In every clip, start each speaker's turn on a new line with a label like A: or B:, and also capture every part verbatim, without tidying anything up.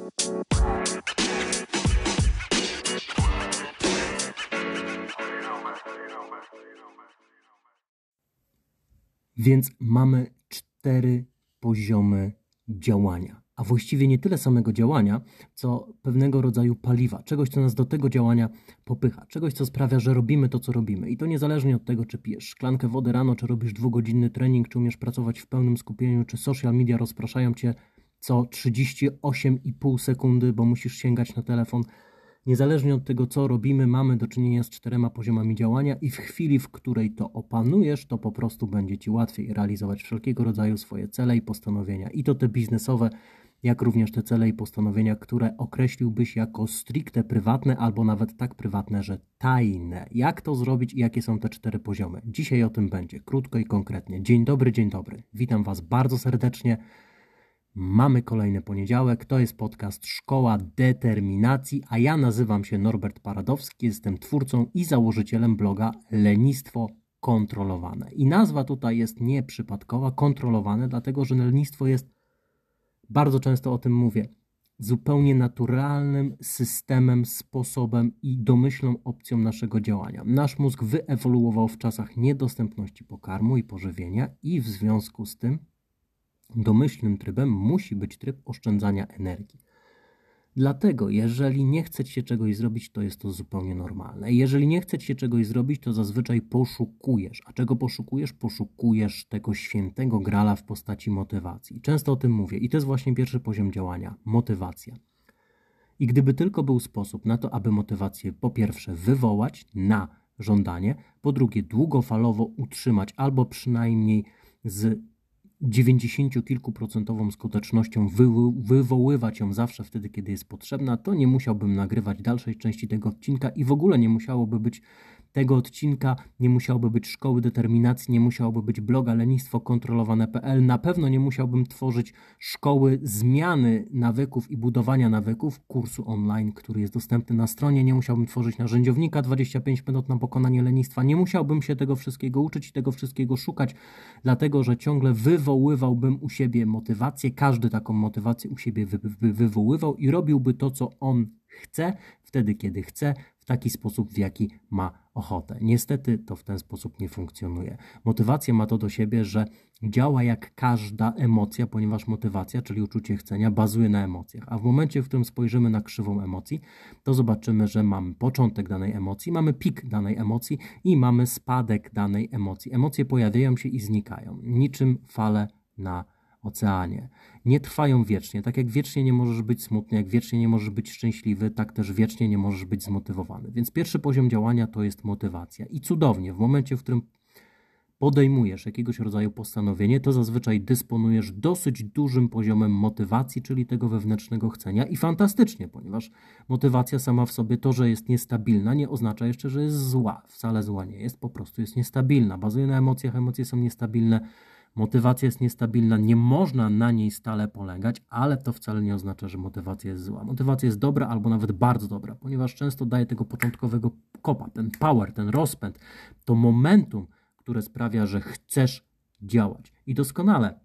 A: Więc mamy cztery poziomy działania, a właściwie nie tyle samego działania, co pewnego rodzaju paliwa, czegoś, co nas do tego działania popycha, czegoś, co sprawia, że robimy to, co robimy. I to niezależnie od tego, czy pijesz szklankę wody rano, czy robisz dwugodzinny trening, czy umiesz pracować w pełnym skupieniu, czy social media rozpraszają Cię co trzydzieści osiem i pół sekundy, bo musisz sięgać na telefon. Niezależnie od tego, co robimy, mamy do czynienia z czterema poziomami działania i w chwili, w której to opanujesz, to po prostu będzie Ci łatwiej realizować wszelkiego rodzaju swoje cele i postanowienia. I to te biznesowe, jak również te cele i postanowienia, które określiłbyś jako stricte prywatne albo nawet tak prywatne, że tajne. Jak to zrobić i jakie są te cztery poziomy? Dzisiaj o tym będzie, krótko i konkretnie. Dzień dobry, dzień dobry. Witam Was bardzo serdecznie. Mamy kolejny poniedziałek, to jest podcast Szkoła Determinacji, a ja nazywam się Norbert Paradowski, jestem twórcą i założycielem bloga Lenistwo Kontrolowane. I nazwa tutaj jest nieprzypadkowa, kontrolowane, dlatego że lenistwo jest, bardzo często o tym mówię, zupełnie naturalnym systemem, sposobem i domyślną opcją naszego działania. Nasz mózg wyewoluował w czasach niedostępności pokarmu i pożywienia i w związku z tym domyślnym trybem musi być tryb oszczędzania energii. Dlatego, jeżeli nie chcecie się czegoś zrobić, to jest to zupełnie normalne. Jeżeli nie chcecie się czegoś zrobić, to zazwyczaj poszukujesz. A czego poszukujesz? Poszukujesz tego świętego grala w postaci motywacji. Często o tym mówię i to jest właśnie pierwszy poziom działania, motywacja. I gdyby tylko był sposób na to, aby motywację po pierwsze wywołać na żądanie, po drugie długofalowo utrzymać albo przynajmniej z dziewięćdziesięciu kilku procentową skutecznością wy- wywoływać ją zawsze wtedy, kiedy jest potrzebna, to nie musiałbym nagrywać dalszej części tego odcinka i w ogóle nie musiałoby być tego odcinka, nie musiałoby być Szkoły Determinacji, nie musiałoby być bloga lenistwo kontrolowane kropka p l, na pewno nie musiałbym tworzyć szkoły zmiany nawyków i budowania nawyków, kursu online, który jest dostępny na stronie, nie musiałbym tworzyć narzędziownika dwadzieścia pięć minut na pokonanie lenistwa, nie musiałbym się tego wszystkiego uczyć i tego wszystkiego szukać, dlatego że ciągle wywoływałbym u siebie motywację, każdy taką motywację u siebie wy- wy- wywoływał i robiłby to, co on chce, wtedy, kiedy chce, w taki sposób, w jaki ma ochotę. Niestety to w ten sposób nie funkcjonuje. Motywacja ma to do siebie, że działa jak każda emocja, ponieważ motywacja, czyli uczucie chcenia, bazuje na emocjach. A w momencie, w którym spojrzymy na krzywą emocji, to zobaczymy, że mamy początek danej emocji, mamy pik danej emocji i mamy spadek danej emocji. Emocje pojawiają się i znikają, niczym fale na oceanie. Nie trwają wiecznie. Tak jak wiecznie nie możesz być smutny, jak wiecznie nie możesz być szczęśliwy, tak też wiecznie nie możesz być zmotywowany. Więc pierwszy poziom działania to jest motywacja. I cudownie, w momencie, w którym podejmujesz jakiegoś rodzaju postanowienie, to zazwyczaj dysponujesz dosyć dużym poziomem motywacji, czyli tego wewnętrznego chcenia i fantastycznie, ponieważ motywacja sama w sobie, to, że jest niestabilna, nie oznacza jeszcze, że jest zła. Wcale zła nie jest, po prostu jest niestabilna. Bazuje na emocjach, emocje są niestabilne. Motywacja jest niestabilna, nie można na niej stale polegać, ale to wcale nie oznacza, że motywacja jest zła. Motywacja jest dobra albo nawet bardzo dobra, ponieważ często daje tego początkowego kopa, ten power, ten rozpęd, to momentum, które sprawia, że chcesz działać. I doskonale,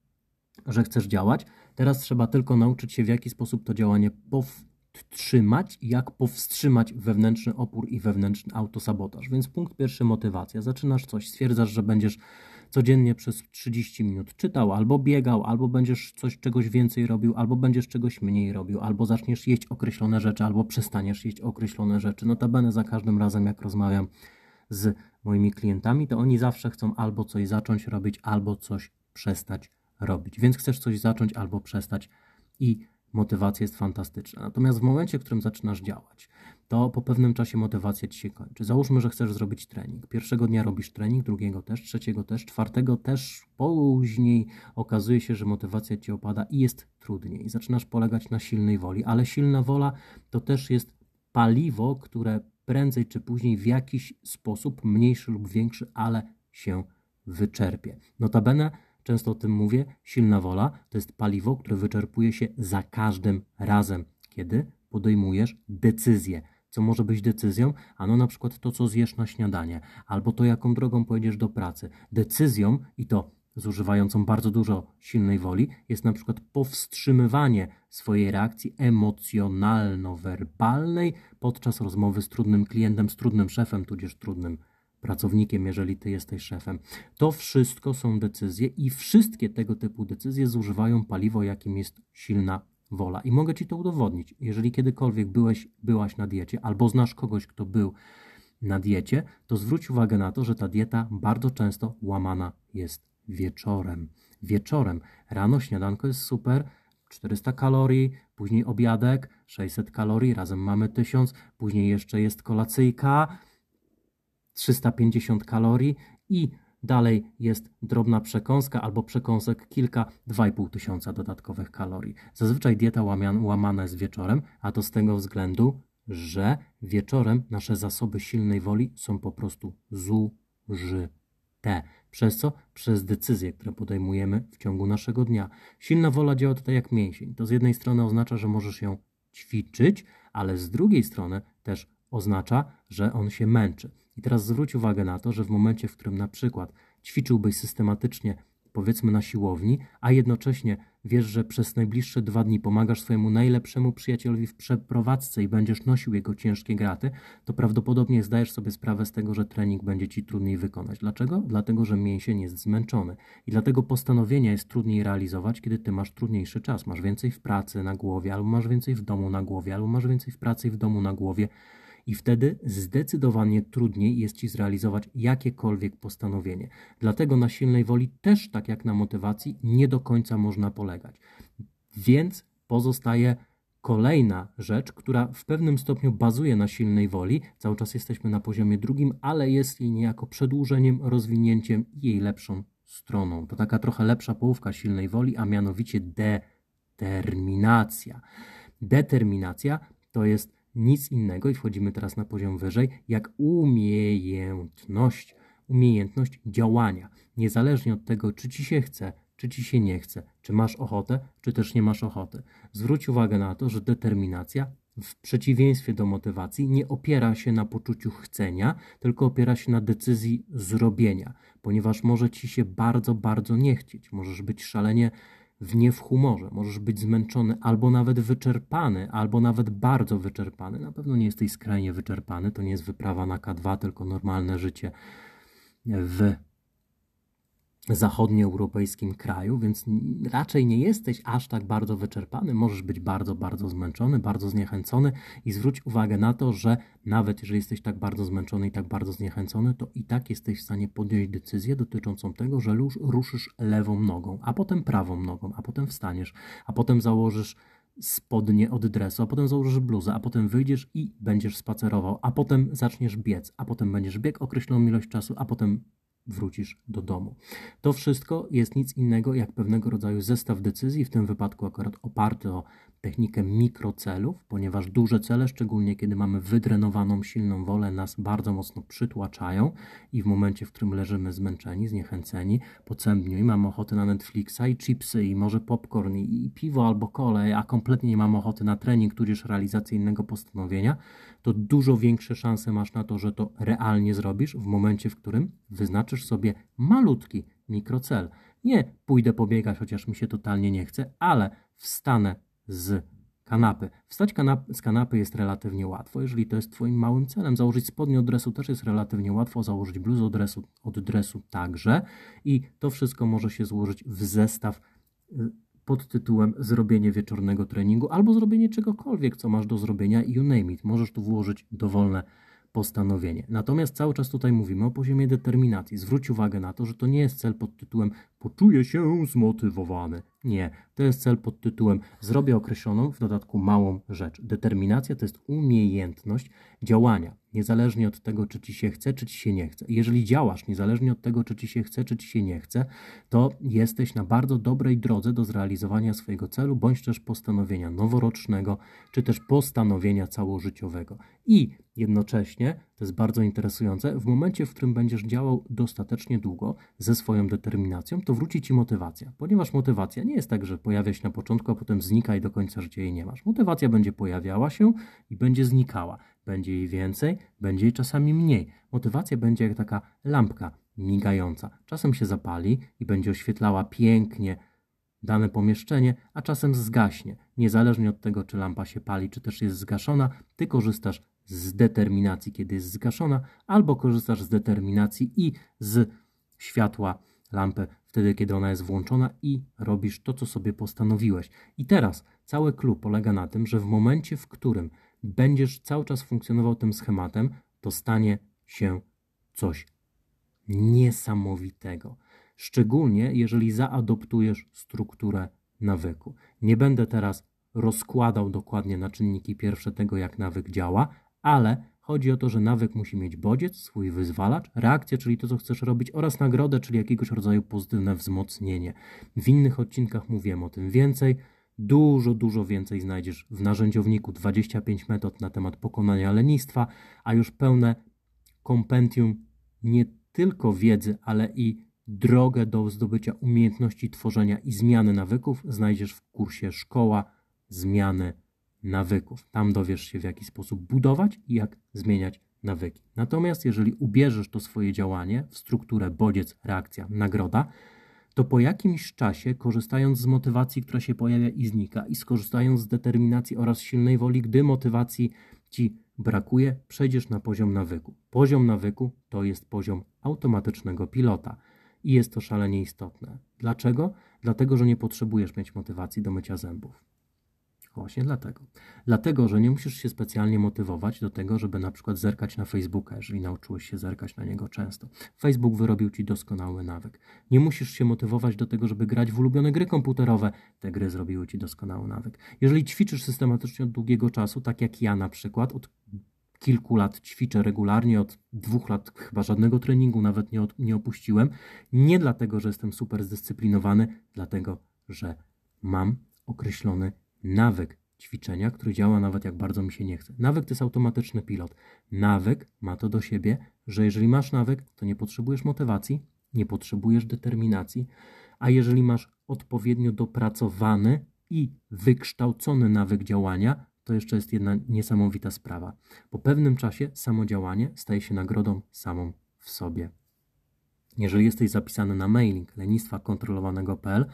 A: że chcesz działać. Teraz trzeba tylko nauczyć się, w jaki sposób to działanie powstrzymać i jak powstrzymać wewnętrzny opór i wewnętrzny autosabotaż. Więc punkt pierwszy, motywacja. Zaczynasz coś, stwierdzasz, że będziesz codziennie przez trzydzieści minut czytał, albo biegał, albo będziesz coś czegoś więcej robił, albo będziesz czegoś mniej robił, albo zaczniesz jeść określone rzeczy, albo przestaniesz jeść określone rzeczy. Notabene za każdym razem, jak rozmawiam z moimi klientami, to oni zawsze chcą albo coś zacząć robić, albo coś przestać robić. Więc chcesz coś zacząć albo przestać i motywacja jest fantastyczna. Natomiast w momencie, w którym zaczynasz działać, to po pewnym czasie motywacja Ci się kończy. Załóżmy, że chcesz zrobić trening. Pierwszego dnia robisz trening, drugiego też, trzeciego też, czwartego też, później okazuje się, że motywacja Ci opada i jest trudniej. Zaczynasz polegać na silnej woli, ale silna wola to też jest paliwo, które prędzej czy później w jakiś sposób, mniejszy lub większy, ale się wyczerpie. Notabene, często o tym mówię, silna wola to jest paliwo, które wyczerpuje się za każdym razem, kiedy podejmujesz decyzję. Co może być decyzją? Ano na przykład to, co zjesz na śniadanie, albo to, jaką drogą pojedziesz do pracy. Decyzją, i to zużywającą bardzo dużo silnej woli, jest na przykład powstrzymywanie swojej reakcji emocjonalno-werbalnej podczas rozmowy z trudnym klientem, z trudnym szefem, tudzież trudnym pracownikiem, jeżeli ty jesteś szefem. To wszystko są decyzje i wszystkie tego typu decyzje zużywają paliwo, jakim jest silna wola. I mogę ci to udowodnić. Jeżeli kiedykolwiek byłeś, byłaś na diecie albo znasz kogoś, kto był na diecie, to zwróć uwagę na to, że ta dieta bardzo często łamana jest wieczorem. Wieczorem. Rano śniadanko jest super, czterysta kalorii, później obiadek, sześćset kalorii, razem mamy tysiąc, później jeszcze jest kolacyjka, trzysta pięćdziesiąt kalorii i dalej jest drobna przekąska albo przekąsek kilka, dwa i pół tysiąca dodatkowych kalorii. Zazwyczaj dieta łamian, łamana jest wieczorem, a to z tego względu, że wieczorem nasze zasoby silnej woli są po prostu zużyte. Przez co? Przez decyzje, które podejmujemy w ciągu naszego dnia. Silna wola działa tutaj jak mięsień. To z jednej strony oznacza, że możesz ją ćwiczyć, ale z drugiej strony też oznacza, że on się męczy. I teraz zwróć uwagę na to, że w momencie, w którym na przykład ćwiczyłbyś systematycznie, powiedzmy na siłowni, a jednocześnie wiesz, że przez najbliższe dwa dni pomagasz swojemu najlepszemu przyjacielowi w przeprowadzce i będziesz nosił jego ciężkie graty, to prawdopodobnie zdajesz sobie sprawę z tego, że trening będzie ci trudniej wykonać. Dlaczego? Dlatego, że mięsień jest zmęczony. I dlatego postanowienia jest trudniej realizować, kiedy ty masz trudniejszy czas. Masz więcej w pracy na głowie, albo masz więcej w domu na głowie, albo masz więcej w pracy i w domu na głowie. I wtedy zdecydowanie trudniej jest ci zrealizować jakiekolwiek postanowienie. Dlatego na silnej woli też, tak jak na motywacji, nie do końca można polegać. Więc pozostaje kolejna rzecz, która w pewnym stopniu bazuje na silnej woli. Cały czas jesteśmy na poziomie drugim, ale jest jej niejako przedłużeniem, rozwinięciem i jej lepszą stroną. To taka trochę lepsza połówka silnej woli, a mianowicie determinacja. Determinacja to jest nic innego, i wchodzimy teraz na poziom wyżej, jak umiejętność, umiejętność działania. Niezależnie od tego, czy ci się chce, czy ci się nie chce, czy masz ochotę, czy też nie masz ochoty. Zwróć uwagę na to, że determinacja w przeciwieństwie do motywacji nie opiera się na poczuciu chcenia, tylko opiera się na decyzji zrobienia, ponieważ może ci się bardzo, bardzo nie chcieć. Możesz być szalenie w nie w humorze, możesz być zmęczony, albo nawet wyczerpany, albo nawet bardzo wyczerpany. Na pewno nie jesteś skrajnie wyczerpany, to nie jest wyprawa na K dwa, tylko normalne życie w zachodnioeuropejskim kraju, więc raczej nie jesteś aż tak bardzo wyczerpany, możesz być bardzo, bardzo zmęczony, bardzo zniechęcony i zwróć uwagę na to, że nawet jeżeli jesteś tak bardzo zmęczony i tak bardzo zniechęcony, to i tak jesteś w stanie podjąć decyzję dotyczącą tego, że ruszysz lewą nogą, a potem prawą nogą, a potem wstaniesz, a potem założysz spodnie od dresu, a potem założysz bluzę, a potem wyjdziesz i będziesz spacerował, a potem zaczniesz biec, a potem będziesz biegł określoną ilość czasu, a potem wrócisz do domu. To wszystko jest nic innego jak pewnego rodzaju zestaw decyzji, w tym wypadku akurat oparty o technikę mikrocelów, ponieważ duże cele, szczególnie kiedy mamy wydrenowaną, silną wolę, nas bardzo mocno przytłaczają i w momencie, w którym leżymy zmęczeni, zniechęceni, po całym dniu i mamy ochotę na Netflixa i chipsy i może popcorn i, i piwo albo kolej, a kompletnie nie mamy ochoty na trening, tudzież realizację innego postanowienia, to dużo większe szanse masz na to, że to realnie zrobisz w momencie, w którym wyznaczysz sobie malutki mikrocel. Nie pójdę pobiegać, chociaż mi się totalnie nie chce, ale wstanę z kanapy. Wstać kanap z kanapy jest relatywnie łatwo, jeżeli to jest twoim małym celem. Założyć spodnie od dresu też jest relatywnie łatwo, założyć bluzę od dresu, od dresu także i to wszystko może się złożyć w zestaw pod tytułem zrobienie wieczornego treningu albo zrobienie czegokolwiek, co masz do zrobienia, you name it. Możesz tu włożyć dowolne postanowienie. Natomiast cały czas tutaj mówimy o poziomie determinacji. Zwróć uwagę na to, że to nie jest cel pod tytułem poczuję się zmotywowany. Nie, to jest cel pod tytułem zrobię określoną, w dodatku małą rzecz. Determinacja to jest umiejętność działania, niezależnie od tego, czy ci się chce, czy ci się nie chce. Jeżeli działasz, niezależnie od tego, czy ci się chce, czy ci się nie chce, to jesteś na bardzo dobrej drodze do zrealizowania swojego celu, bądź też postanowienia noworocznego, czy też postanowienia całożyciowego. I jednocześnie, to jest bardzo interesujące, w momencie, w którym będziesz działał dostatecznie długo ze swoją determinacją, to wróci ci motywacja, ponieważ motywacja nie jest tak, że pojawia się na początku, a potem znika i do końca życia jej nie masz. Motywacja będzie pojawiała się i będzie znikała. Będzie jej więcej, będzie jej czasami mniej. Motywacja będzie jak taka lampka migająca. Czasem się zapali i będzie oświetlała pięknie dane pomieszczenie, a czasem zgaśnie. Niezależnie od tego, czy lampa się pali, czy też jest zgaszona, ty korzystasz z determinacji, kiedy jest zgaszona, albo korzystasz z determinacji i z światła lampy wtedy, kiedy ona jest włączona i robisz to, co sobie postanowiłeś. I teraz cały clue polega na tym, że w momencie, w którym będziesz cały czas funkcjonował tym schematem, to stanie się coś niesamowitego. Szczególnie, jeżeli zaadoptujesz strukturę nawyku. Nie będę teraz rozkładał dokładnie na czynniki pierwsze tego, jak nawyk działa, ale chodzi o to, że nawyk musi mieć bodziec, swój wyzwalacz, reakcję, czyli to, co chcesz robić, oraz nagrodę, czyli jakiegoś rodzaju pozytywne wzmocnienie. W innych odcinkach mówiłem o tym więcej. Dużo, dużo więcej znajdziesz w narzędziowniku dwadzieścia pięć metod na temat pokonania lenistwa, a już pełne kompendium nie tylko wiedzy, ale i drogę do zdobycia umiejętności tworzenia i zmiany nawyków znajdziesz w kursie Szkoła Zmiany Nawyków. Tam dowiesz się, w jaki sposób budować i jak zmieniać nawyki. Natomiast jeżeli ubierzesz to swoje działanie w strukturę bodziec, reakcja, nagroda, to po jakimś czasie, korzystając z motywacji, która się pojawia i znika, i skorzystając z determinacji oraz silnej woli, gdy motywacji ci brakuje, przejdziesz na poziom nawyku. Poziom nawyku to jest poziom automatycznego pilota. I jest to szalenie istotne. Dlaczego? Dlatego, że nie potrzebujesz mieć motywacji do mycia zębów. Właśnie dlatego. Dlatego, że nie musisz się specjalnie motywować do tego, żeby na przykład zerkać na Facebooka, jeżeli nauczyłeś się zerkać na niego często. Facebook wyrobił ci doskonały nawyk. Nie musisz się motywować do tego, żeby grać w ulubione gry komputerowe. Te gry zrobiły ci doskonały nawyk. Jeżeli ćwiczysz systematycznie od długiego czasu, tak jak ja na przykład, od kilku lat ćwiczę regularnie, od dwóch lat chyba żadnego treningu nawet nie, od, nie opuściłem. Nie dlatego, że jestem super zdyscyplinowany, dlatego, że mam określony nawyk ćwiczenia, który działa nawet jak bardzo mi się nie chce. Nawyk to jest automatyczny pilot. Nawyk ma to do siebie, że jeżeli masz nawyk, to nie potrzebujesz motywacji, nie potrzebujesz determinacji, a jeżeli masz odpowiednio dopracowany i wykształcony nawyk działania, to jeszcze jest jedna niesamowita sprawa. Po pewnym czasie samo działanie staje się nagrodą samą w sobie. Jeżeli jesteś zapisany na mailing lenistwa kontrolowanego kropka p l,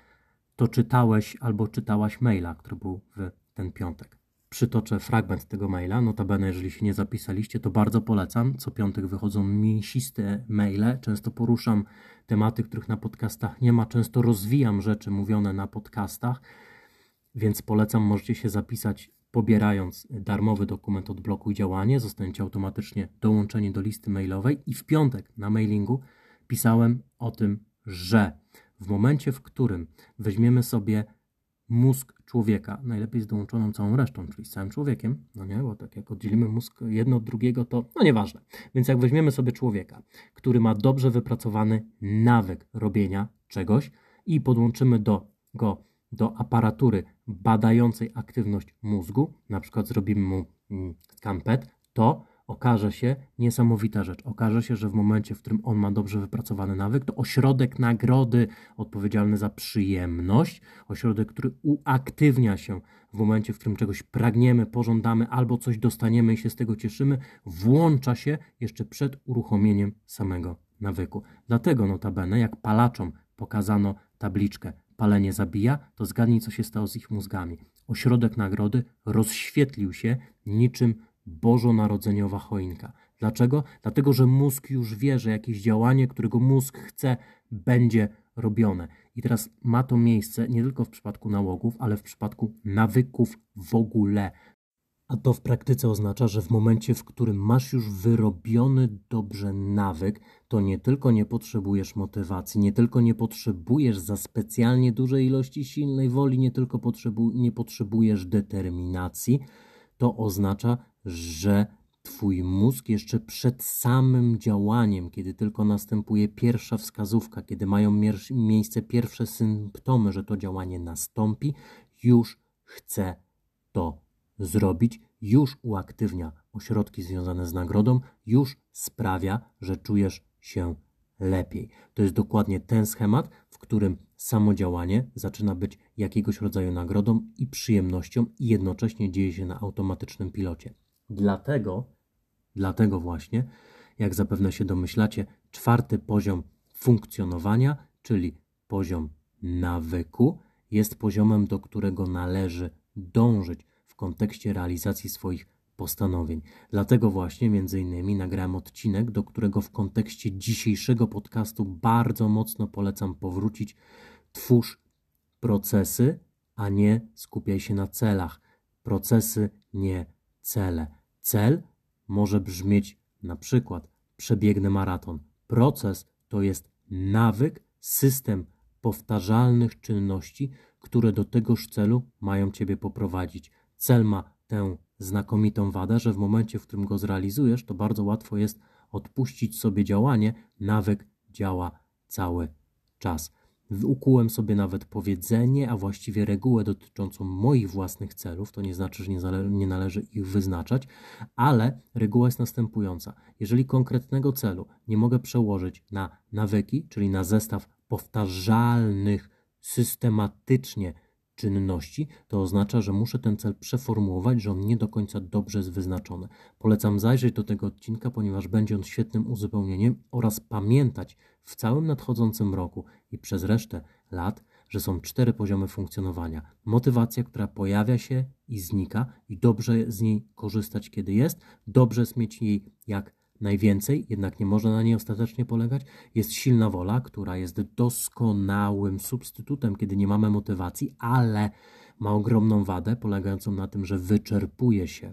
A: to czytałeś albo czytałaś maila, który był w ten piątek. Przytoczę fragment tego maila. Notabene, jeżeli się nie zapisaliście, to bardzo polecam. Co piątek wychodzą mięsiste maile. Często poruszam tematy, których na podcastach nie ma. Często rozwijam rzeczy mówione na podcastach, więc polecam. Możecie się zapisać, pobierając darmowy dokument Odblokuj działanie. Zostaniecie automatycznie dołączeni do listy mailowej. I w piątek na mailingu pisałem o tym, że w momencie, w którym weźmiemy sobie mózg człowieka, najlepiej z dołączoną całą resztą, czyli z całym człowiekiem, no nie, bo tak jak oddzielimy mózg jedno od drugiego, to no nieważne. Więc jak weźmiemy sobie człowieka, który ma dobrze wypracowany nawyk robienia czegoś i podłączymy do go do aparatury badającej aktywność mózgu, na przykład zrobimy mu skan P E T, to okaże się niesamowita rzecz. Okaże się, że w momencie, w którym on ma dobrze wypracowany nawyk, to ośrodek nagrody odpowiedzialny za przyjemność, ośrodek, który uaktywnia się w momencie, w którym czegoś pragniemy, pożądamy albo coś dostaniemy i się z tego cieszymy, włącza się jeszcze przed uruchomieniem samego nawyku. Dlatego notabene, jak palaczom pokazano tabliczkę palenie zabija, to zgadnij, co się stało z ich mózgami. Ośrodek nagrody rozświetlił się niczym bożonarodzeniowa choinka. Dlaczego? Dlatego, że mózg już wie, że jakieś działanie, którego mózg chce, będzie robione. I teraz ma to miejsce nie tylko w przypadku nałogów, ale w przypadku nawyków w ogóle. A to w praktyce oznacza, że w momencie, w którym masz już wyrobiony dobrze nawyk, to nie tylko nie potrzebujesz motywacji, nie tylko nie potrzebujesz za specjalnie dużej ilości silnej woli, nie tylko potrzebu- nie potrzebujesz determinacji, to oznacza, że twój mózg jeszcze przed samym działaniem, kiedy tylko następuje pierwsza wskazówka, kiedy mają mier- miejsce pierwsze symptomy, że to działanie nastąpi, już chce to zrobić, już uaktywnia ośrodki związane z nagrodą, już sprawia, że czujesz się lepiej. To jest dokładnie ten schemat, w którym samo działanie zaczyna być jakiegoś rodzaju nagrodą i przyjemnością i jednocześnie dzieje się na automatycznym pilocie. Dlatego, dlatego właśnie, jak zapewne się domyślacie, Czwarty poziom funkcjonowania, czyli poziom nawyku, jest poziomem, do którego należy dążyć w kontekście realizacji swoich postanowień. Dlatego właśnie między innymi nagrałem odcinek, do którego w kontekście dzisiejszego podcastu bardzo mocno polecam powrócić. Twórz procesy, a nie skupiaj się na celach. Procesy, nie cele. Cel może brzmieć na przykład przebiegnę maraton. Proces to jest nawyk, system powtarzalnych czynności, które do tegoż celu mają Ciebie poprowadzić. Cel ma tę znakomitą wadę, że w momencie, w którym go zrealizujesz, to bardzo łatwo jest odpuścić sobie działanie. Nawyk działa cały czas. Ukułem sobie nawet powiedzenie, a właściwie regułę dotyczącą moich własnych celów. To nie znaczy, że nie, zale- nie należy ich wyznaczać, ale reguła jest następująca. Jeżeli konkretnego celu nie mogę przełożyć na nawyki, czyli na zestaw powtarzalnych, systematycznie czynności, to oznacza, że muszę ten cel przeformułować, że on nie do końca dobrze jest wyznaczony. Polecam zajrzeć do tego odcinka, ponieważ będzie on świetnym uzupełnieniem oraz pamiętać w całym nadchodzącym roku i przez resztę lat, że są cztery poziomy funkcjonowania. Motywacja, która pojawia się i znika i dobrze z niej korzystać, kiedy jest. Dobrze jest mieć jej jak najwięcej, jednak nie można na niej ostatecznie polegać. Jest silna wola, która jest doskonałym substytutem, kiedy nie mamy motywacji, ale ma ogromną wadę polegającą na tym, że wyczerpuje się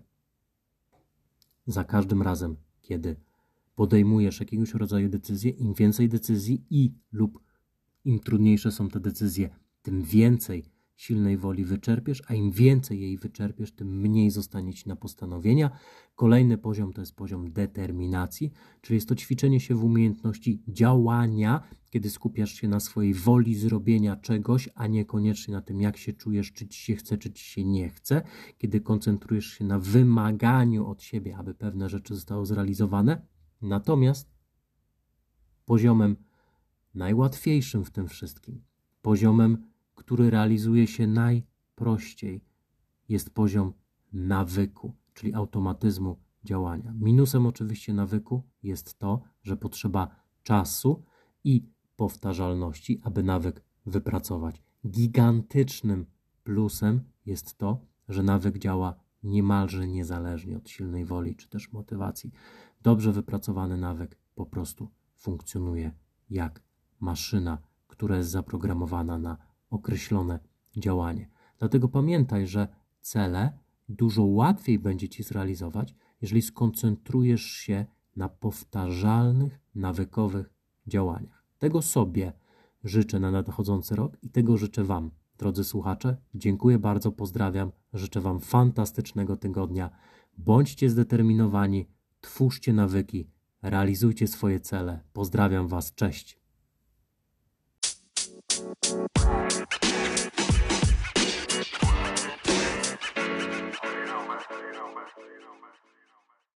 A: za każdym razem, kiedy podejmujesz jakiegoś rodzaju decyzję. Im więcej decyzji i lub im trudniejsze są te decyzje, tym więcej silnej woli wyczerpiesz, a im więcej jej wyczerpiesz, tym mniej zostanie Ci na postanowienia. Kolejny poziom to jest poziom determinacji, czyli jest to ćwiczenie się w umiejętności działania, kiedy skupiasz się na swojej woli zrobienia czegoś, a niekoniecznie na tym, jak się czujesz, czy Ci się chce, czy Ci się nie chce. Kiedy koncentrujesz się na wymaganiu od siebie, aby pewne rzeczy zostały zrealizowane. Natomiast poziomem najłatwiejszym w tym wszystkim, poziomem, który realizuje się najprościej, jest poziom nawyku, czyli automatyzmu działania. Minusem oczywiście nawyku jest to, że potrzeba czasu i powtarzalności, aby nawyk wypracować. Gigantycznym plusem jest to, że nawyk działa niemalże niezależnie od silnej woli czy też motywacji. Dobrze wypracowany nawyk po prostu funkcjonuje jak maszyna, która jest zaprogramowana na określone działanie. Dlatego pamiętaj, że cele dużo łatwiej będzie Ci zrealizować, jeżeli skoncentrujesz się na powtarzalnych, nawykowych działaniach. Tego sobie życzę na nadchodzący rok i tego życzę Wam, drodzy słuchacze. Dziękuję bardzo, pozdrawiam, życzę Wam fantastycznego tygodnia. Bądźcie zdeterminowani, twórzcie nawyki, realizujcie swoje cele. Pozdrawiam Was, cześć.